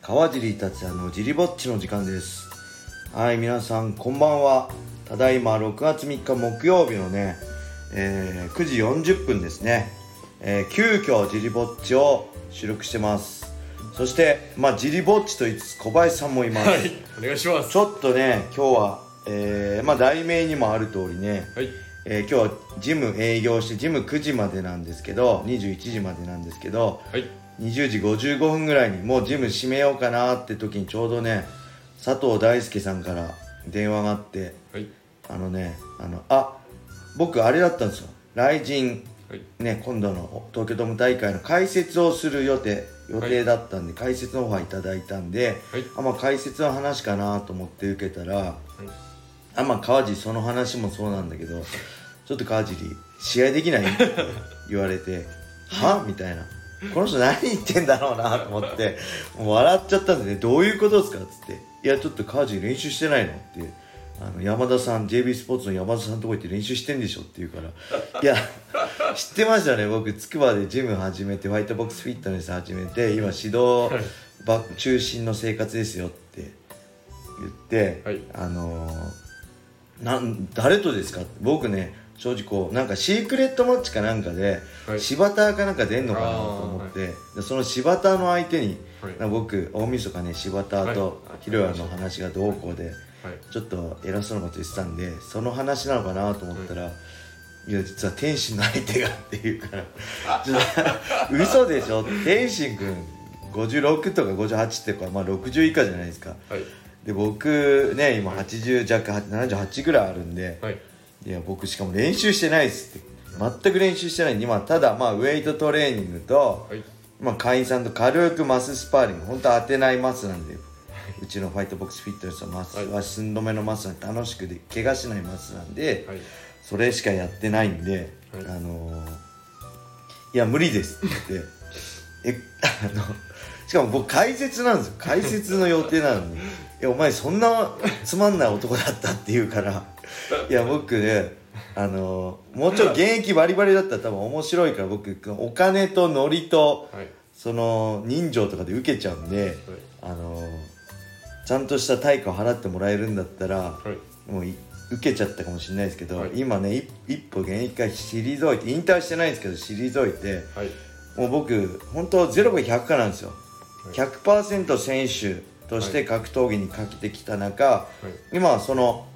川尻達也のジリぼっちの時間です。はい、皆さんこんばんは。ただいま6月3日木曜日のね、9時40分ですね。急遽ジリぼっちを収録してます。そしてジリぼっちと言いつつ小林さんもいます。 はい、お願いします。 ちょっとね今日は、題名にもある通りね、 はい、 今日はジム営業してジム9時までなんですけど21時までなんですけど、 はい、 20時55分ぐらいにもうジム閉めようかなって時にちょうどね佐藤大輔さんから電話があって、 はい、 僕あれだったんですよ。来陣、 はい、 ね、今度の東京ドーム大会の解説をする予定だったんで、解説のオファーいただいたんで、解説の話かなと思って受けたら、川尻その話もそうなんだけどちょっと川尻試合できないって言われてはみたいな、この人何言ってんだろうなと思ってもう笑っちゃったんでね。どういうことですかっつって、いやちょっと川尻練習してないのって山田さん JB スポーツの山田さんのとこ行って練習してんでしょって言うからいや知ってましたね。僕筑波でジム始めてファイトボックスフィットネス始めて今指導中心の生活ですよって言って、 はい、 誰とですかって僕ね正直なんかシークレットマッチかなんかで、柴田かなんか出んのかなと思って、でその柴田の相手に、僕大晦日ね柴田とひろやの話がどうこうで、ちょっと偉そうなこと言ってたんでその話なのかなと思ったら、いや実は天心の相手がっていうから嘘でしょ。天心くん56とか58ってか、60以下じゃないですか。で僕ね今80弱78ぐらいあるんで、いや僕しかも練習してないっすって全く練習してないんで今ただウェイトトレーニングと、会員さんと軽くマススパーリング、本当は当てないマスなんで、うちのファイトボックスフィットネスのマスは寸止めのマスなんで楽しくで怪我しないマスなんで、それしかやってないんで、いや無理ですって言ってしかも僕解説なんですよ。解説の予定なのにいやお前そんなつまんない男だったって言うからいや僕ねもうちょっと現役バリバリだったら多分面白いから、僕お金とノリと、その人情とかで受けちゃうんで、ちゃんとした対価を払ってもらえるんだったら、もう受けちゃったかもしれないですけど、今ね一歩現役から退いて引退してないんですけど退いて、もう僕本当0か100かなんですよ。100% 選手として格闘技にかけてきた中、今はその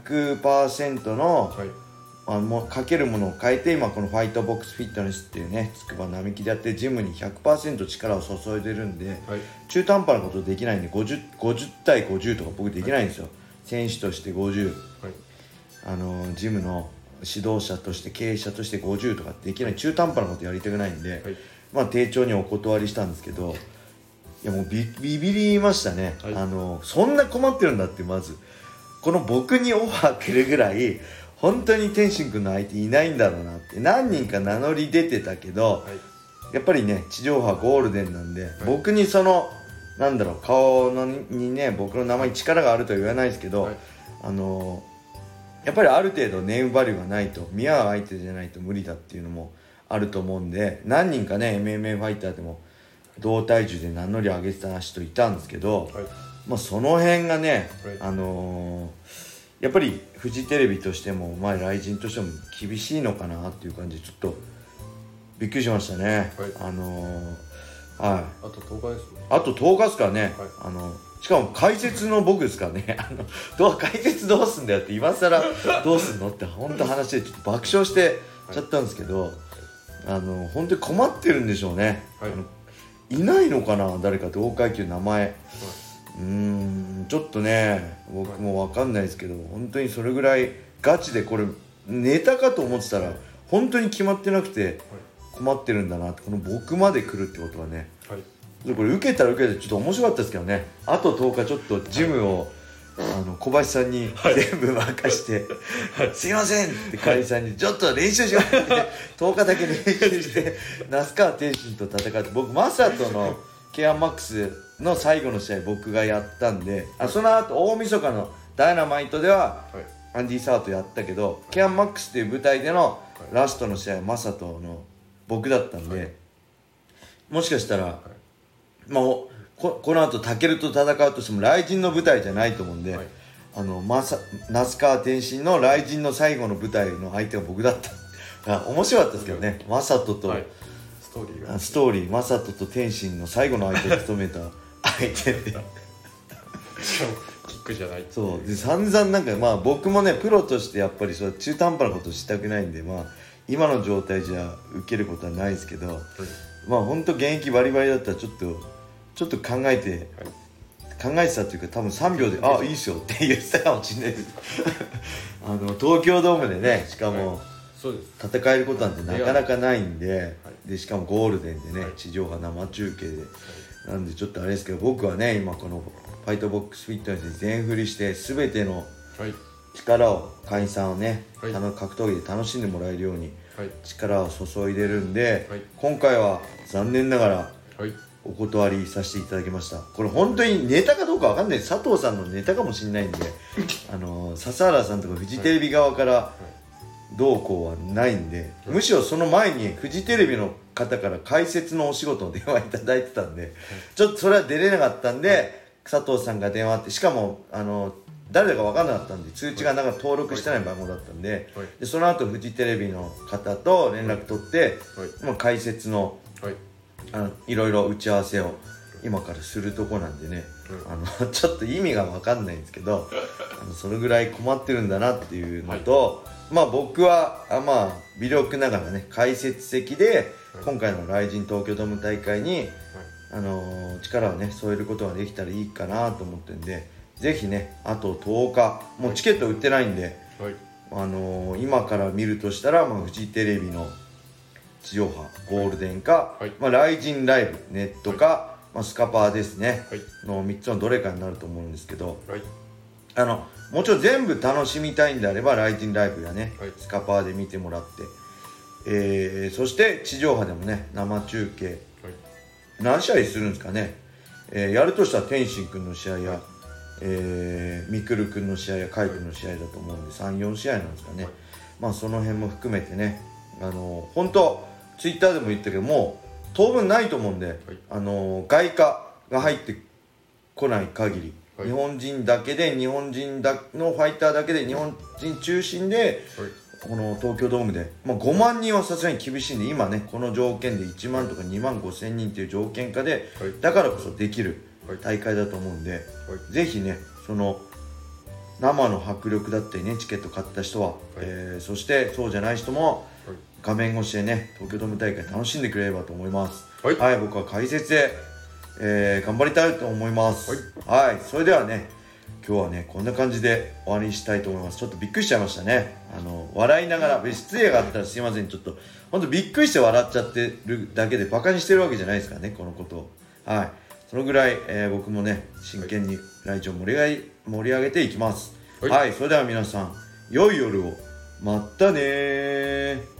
100% の、もうかけるものを変えて今このファイトボックスフィットネスっていうね筑波並木でやってるジムに 100% 力を注いでるんで、中途半端なことできないんで 50対50とか僕できないんですよ。選手として50、ジムの指導者として経営者として50とかできない、中途半端なことやりたくないんで、丁重にお断りしたんですけど、いやもうビビりましたね。そんな困ってるんだって。まずこの僕にオファー来るぐらい本当に天心くんの相手いないんだろうなって。何人か名乗り出てたけど、やっぱりね地上波ゴールデンなんで、僕にその顔にね僕の名前に力があるとは言わないですけど、やっぱりある程度ネームバリューがないと見合う相手じゃないと無理だっていうのもあると思うんで、何人かね MMA ファイターでも同体重で名乗り上げてた人いたんですけど、その辺がね、やっぱりフジテレビとしても来陣としても厳しいのかなっていう感じでちょっとびっくりしましたね。あと10日ですね。あと10日ですからね。しかも解説の僕ですからね解説どうすんだよって今更どうすんのって本当話でちょっと爆笑してちゃったんですけど、本当に困ってるんでしょうね。いないのかな誰か同階級の名前、ちょっとね僕も分かんないですけど、本当にそれぐらいガチでこれネタかと思ってたら本当に決まってなくて困ってるんだなって。この僕まで来るってことはね、これ受けたら受けてちょっと面白かったですけどね。あと10日ちょっとジムを、小林さんに全部任して、すいませんって会員さんにちょっと練習しようって10日だけ練習して那須川天心と戦って、僕マサトの K1MAX の最後の試合僕がやったんで、その後大晦日のダイナマイトではアンディ・サートやったけど、K1MAX っていう舞台でのラストの試合マサトの僕だったんで、もしかしたらこの後タケルと戦うとしても雷神の舞台じゃないと思うんで、はい、那須川天心の雷神の最後の舞台の相手が僕だった面白かったですけどね、マサトと、はい、ストーリーマサトと天心の最後の相手を務めた相手でキックじゃないそうで散々なんかまあ僕もねプロとしてやっぱりそう中途半端なことしたくないんで、まあ今の状態じゃ受けることはないですけど、はい、まあ本当現役バリバリだったらちょっと考えてたというか多分3秒でいいっすよって言ってたかもしれないです東京ドームでねしかも、はい、 そうです戦えることなんてなかなかないんで、はい、でしかもゴールデンでね、はい、地上波生中継で、はい、なんでちょっとあれですけど僕はね今このファイトボックスフィットネスで全振りして全ての力を会員さんをね、はい、格闘技で楽しんでもらえるように力を注いでるんで、はい、今回は残念ながら、はいお断りさせていただきました。これ本当にネタかどうかわかんない、佐藤さんのネタかもしれないんで笹原さんとかフジテレビ側からどうこうはないんで、むしろその前にフジテレビの方から解説のお仕事の電話いただいてたんで、ちょっとそれは出れなかったんで、佐藤さんが電話あって、しかも誰だか分からなかったんで通知がなんか登録してない番号だったんで、でその後フジテレビの方と連絡取って、解説のいろいろ打ち合わせを今からするとこなんでね、ちょっと意味が分かんないんですけどそれぐらい困ってるんだなっていうのと、まあ僕は微力ながらね解説席で今回の雷神東京ドーム大会に、力をね添えることができたらいいかなと思ってるんで、ぜひねあと10日もうチケット売ってないんで、今から見るとしたら、フジテレビの地上波ゴールデンか、雷神ライブネットか、スカパーですね、の3つのどれかになると思うんですけど、もちろん全部楽しみたいんであれば雷神ライブやね、スカパーで見てもらって、そして地上波でもね生中継、何試合するんですかね、やるとしたら天心くんの試合や、みくるくんの試合やカイくんの試合だと思うんで 3,4 試合なんですかね、その辺も含めてね本当ツイッターでも言ったけどもう当分ないと思うんで、外貨が入ってこない限り、日本人だけで日本人のファイターだけで日本人中心で、この東京ドームで、5万人はさすがに厳しいんで、今ねこの条件で1万とか2万5千人という条件下で、だからこそできる大会だと思うんで、ぜひねその生の迫力だったりねチケット買った人は、そしてそうじゃない人も画面越しでね東京ドーム大会楽しんでくれればと思います。僕は解説で、頑張りたいと思います。それではね今日はねこんな感じで終わりにしたいと思います。ちょっとびっくりしちゃいましたね。笑いながら失礼があったらすいません。ちょっと本当びっくりして笑っちゃってるだけでバカにしてるわけじゃないですからねこのことを。そのぐらい、僕もね真剣にラジオ盛り上げていきます。それでは皆さん良い夜を。またねー。